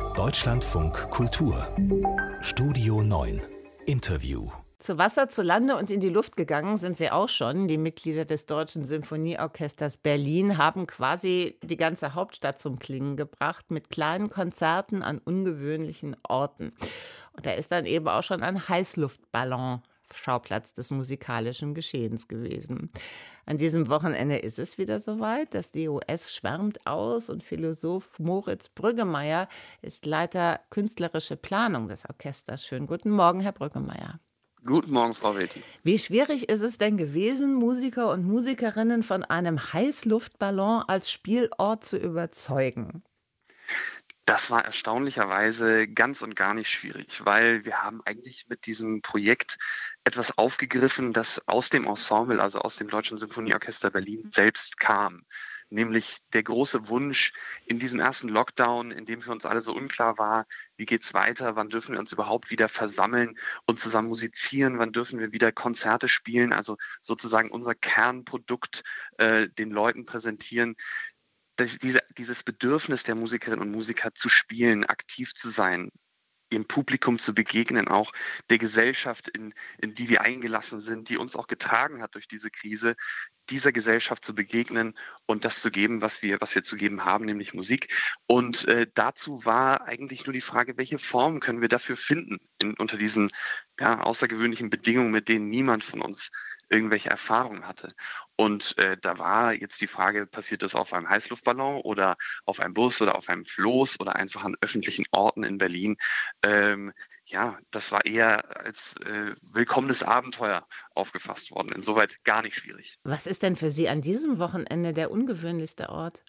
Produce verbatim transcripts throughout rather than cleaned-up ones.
Deutschlandfunk Kultur Studio neun Interview. Zu Wasser, zu Lande und in die Luft gegangen sind sie auch schon. Die Mitglieder des Deutschen Symphonieorchesters Berlin haben quasi die ganze Hauptstadt zum Klingen gebracht mit kleinen Konzerten an ungewöhnlichen Orten. Und da ist dann eben auch schon ein Heißluftballon Schauplatz des musikalischen Geschehens gewesen. An diesem Wochenende ist es wieder soweit. Das D O S schwärmt aus und Philosoph Moritz Brüggemeier ist Leiter künstlerische Planung des Orchesters. Schönen guten Morgen, Herr Brüggemeier. Guten Morgen, Frau Welti. Wie schwierig ist es denn gewesen, Musiker und Musikerinnen von einem Heißluftballon als Spielort zu überzeugen? Das war erstaunlicherweise ganz und gar nicht schwierig, weil wir haben eigentlich mit diesem Projekt etwas aufgegriffen, das aus dem Ensemble, also aus dem Deutschen Symphonieorchester Berlin selbst kam. Nämlich der große Wunsch in diesem ersten Lockdown, in dem für uns alle so unklar war, wie geht's weiter, wann dürfen wir uns überhaupt wieder versammeln und zusammen musizieren, wann dürfen wir wieder Konzerte spielen, also sozusagen unser Kernprodukt äh, den Leuten präsentieren. Das, diese, dieses Bedürfnis der Musikerinnen und Musiker zu spielen, aktiv zu sein, dem Publikum zu begegnen, auch der Gesellschaft, in, in die wir eingelassen sind, die uns auch getragen hat durch diese Krise, dieser Gesellschaft zu begegnen und das zu geben, was wir, was wir zu geben haben, nämlich Musik. Und äh, dazu war eigentlich nur die Frage, welche Form können wir dafür finden in, unter diesen ja, außergewöhnlichen Bedingungen, mit denen niemand von uns irgendwelche Erfahrungen hatte. Und äh, da war jetzt die Frage, passiert das auf einem Heißluftballon oder auf einem Bus oder auf einem Floß oder einfach an öffentlichen Orten in Berlin? Ähm, ja, das war eher als äh, willkommenes Abenteuer aufgefasst worden. Insoweit gar nicht schwierig. Was ist denn für Sie an diesem Wochenende der ungewöhnlichste Ort?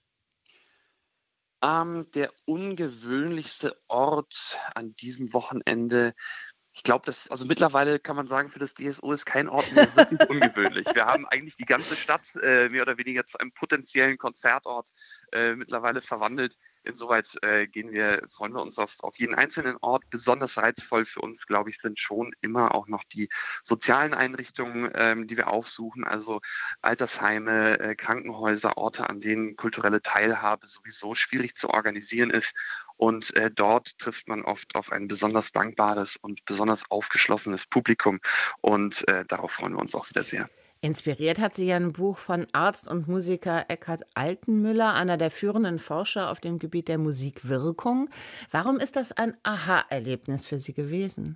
Ähm, der ungewöhnlichste Ort an diesem Wochenende, ich glaube, das, also mittlerweile kann man sagen, für das D S O ist kein Ort mehr wirklich ungewöhnlich. Wir haben eigentlich die ganze Stadt äh, mehr oder weniger zu einem potenziellen Konzertort äh, mittlerweile verwandelt. Insoweit äh, gehen wir, freuen wir uns auf, auf jeden einzelnen Ort. Besonders reizvoll für uns, glaube ich, sind schon immer auch noch die sozialen Einrichtungen, ähm, die wir aufsuchen, also Altersheime, äh, Krankenhäuser, Orte, an denen kulturelle Teilhabe sowieso schwierig zu organisieren ist. Und äh, dort trifft man oft auf ein besonders dankbares und besonders aufgeschlossenes Publikum. Und äh, darauf freuen wir uns auch wieder sehr. Inspiriert hat sie ja ein Buch von Arzt und Musiker Eckhard Altenmüller, einer der führenden Forscher auf dem Gebiet der Musikwirkung. Warum ist das ein Aha-Erlebnis für Sie gewesen?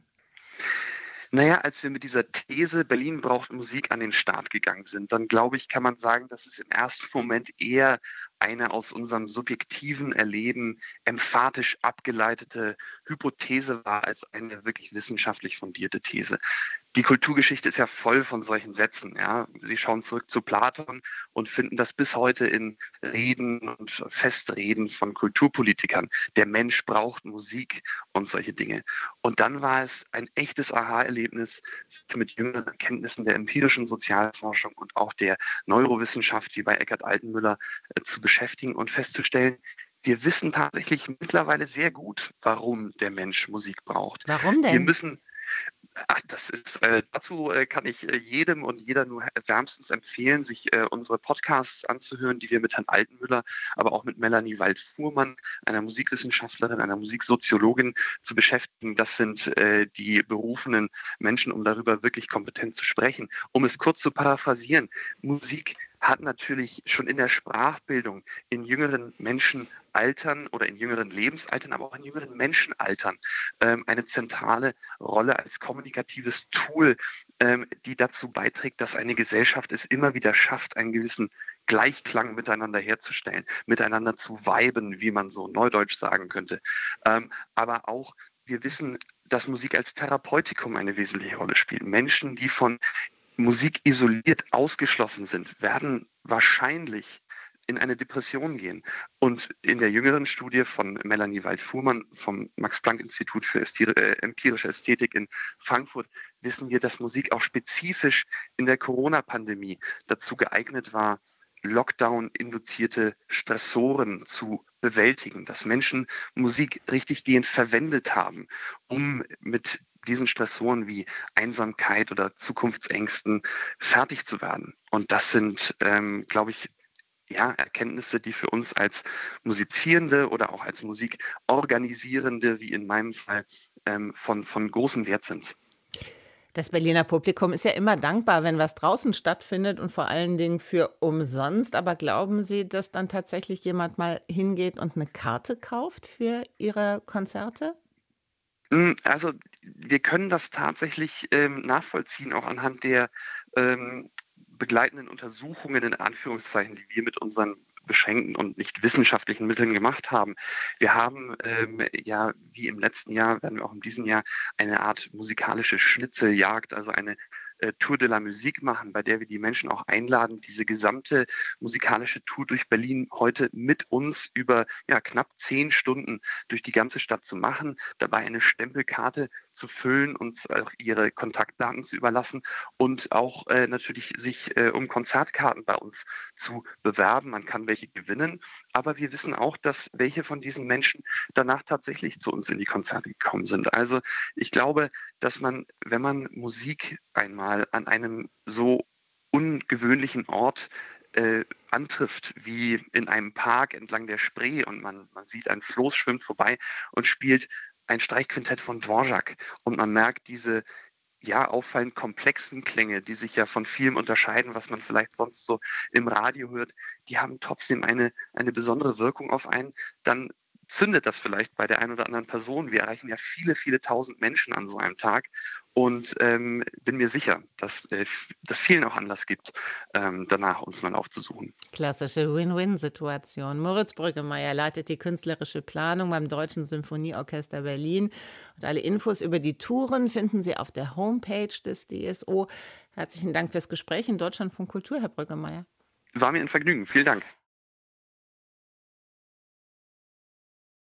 Naja, als wir mit dieser These Berlin braucht Musik an den Start gegangen sind, dann glaube ich, kann man sagen, dass es im ersten Moment eher eine aus unserem subjektiven Erleben emphatisch abgeleitete Hypothese war, als eine wirklich wissenschaftlich fundierte These. Die Kulturgeschichte ist ja voll von solchen Sätzen. Ja. Sie schauen zurück zu Platon und finden das bis heute in Reden und Festreden von Kulturpolitikern. Der Mensch braucht Musik und solche Dinge. Und dann war es ein echtes Aha-Erlebnis, sich mit jüngeren Erkenntnissen der empirischen Sozialforschung und auch der Neurowissenschaft, wie bei Eckhard Altenmüller, äh, zu beschäftigen und festzustellen, wir wissen tatsächlich mittlerweile sehr gut, warum der Mensch Musik braucht. Warum denn? Wir müssen Ach, das ist, äh, dazu äh, kann ich äh, jedem und jeder nur wärmstens empfehlen, sich äh, unsere Podcasts anzuhören, die wir mit Herrn Altenmüller, aber auch mit Melanie Wald-Fuhrmann, einer Musikwissenschaftlerin, einer Musiksoziologin, zu beschäftigen. Das sind äh, die berufenen Menschen, um darüber wirklich kompetent zu sprechen. Um es kurz zu paraphrasieren, Musik hat natürlich schon in der Sprachbildung in jüngeren Menschenaltern oder in jüngeren Lebensaltern, aber auch in jüngeren Menschenaltern ähm, eine zentrale Rolle als kommunikatives Tool, ähm, die dazu beiträgt, dass eine Gesellschaft es immer wieder schafft, einen gewissen Gleichklang miteinander herzustellen, miteinander zu viben, wie man so neudeutsch sagen könnte. Ähm, aber auch wir wissen, dass Musik als Therapeutikum eine wesentliche Rolle spielt. Menschen, die von Musik isoliert ausgeschlossen sind, werden wahrscheinlich in eine Depression gehen. Und in der jüngeren Studie von Melanie Wald-Fuhrmann vom Max-Planck-Institut für Ästhi- äh, empirische Ästhetik in Frankfurt wissen wir, dass Musik auch spezifisch in der Corona-Pandemie dazu geeignet war, Lockdown-induzierte Stressoren zu bewältigen, dass Menschen Musik richtiggehend verwendet haben, um mit diesen Stressoren wie Einsamkeit oder Zukunftsängsten fertig zu werden. Und das sind, ähm, glaube ich, ja, Erkenntnisse, die für uns als Musizierende oder auch als Musikorganisierende, wie in meinem Fall, ähm, von, von großem Wert sind. Das Berliner Publikum ist ja immer dankbar, wenn was draußen stattfindet und vor allen Dingen für umsonst. Aber glauben Sie, dass dann tatsächlich jemand mal hingeht und eine Karte kauft für Ihre Konzerte? Hm, also, wir können das tatsächlich, ähm, nachvollziehen, auch anhand der, ähm, begleitenden Untersuchungen in Anführungszeichen, die wir mit unseren beschränkten und nicht wissenschaftlichen Mitteln gemacht haben. Wir haben, ähm, ja, wie im letzten Jahr, werden wir auch in diesem Jahr eine Art musikalische Schnitzeljagd, also eine, äh, Tour de la Musique machen, bei der wir die Menschen auch einladen, diese gesamte musikalische Tour durch Berlin heute mit uns über, ja, knapp zehn Stunden durch die ganze Stadt zu machen, dabei eine Stempelkarte zu füllen, uns auch ihre Kontaktdaten zu überlassen und auch, äh, natürlich sich, äh, um Konzertkarten bei uns zu bewerben. Man kann welche gewinnen, aber wir wissen auch, dass welche von diesen Menschen danach tatsächlich zu uns in die Konzerte gekommen sind. Also, ich glaube, dass man, wenn man Musik einmal an einem so ungewöhnlichen Ort, äh, antrifft, wie in einem Park entlang der Spree und man man sieht, ein Floß schwimmt vorbei und spielt ein Streichquintett von Dvorak und man merkt diese, ja, auffallend komplexen Klänge, die sich ja von vielem unterscheiden, was man vielleicht sonst so im Radio hört, die haben trotzdem eine eine besondere Wirkung auf einen. Dann zündet das vielleicht bei der einen oder anderen Person. Wir erreichen ja viele, viele tausend Menschen an so einem Tag und, ähm, bin mir sicher, dass, äh, v dass vielen auch Anlass gibt, ähm, danach uns mal aufzusuchen. Klassische Win-Win-Situation. Moritz Brüggemeier leitet die künstlerische Planung beim Deutschen Symphonieorchester Berlin. Und alle Infos über die Touren finden Sie auf der Homepage des D S O. Herzlichen Dank fürs Gespräch in Deutschlandfunk Kultur, Herr Brüggemeier. War mir ein Vergnügen. Vielen Dank.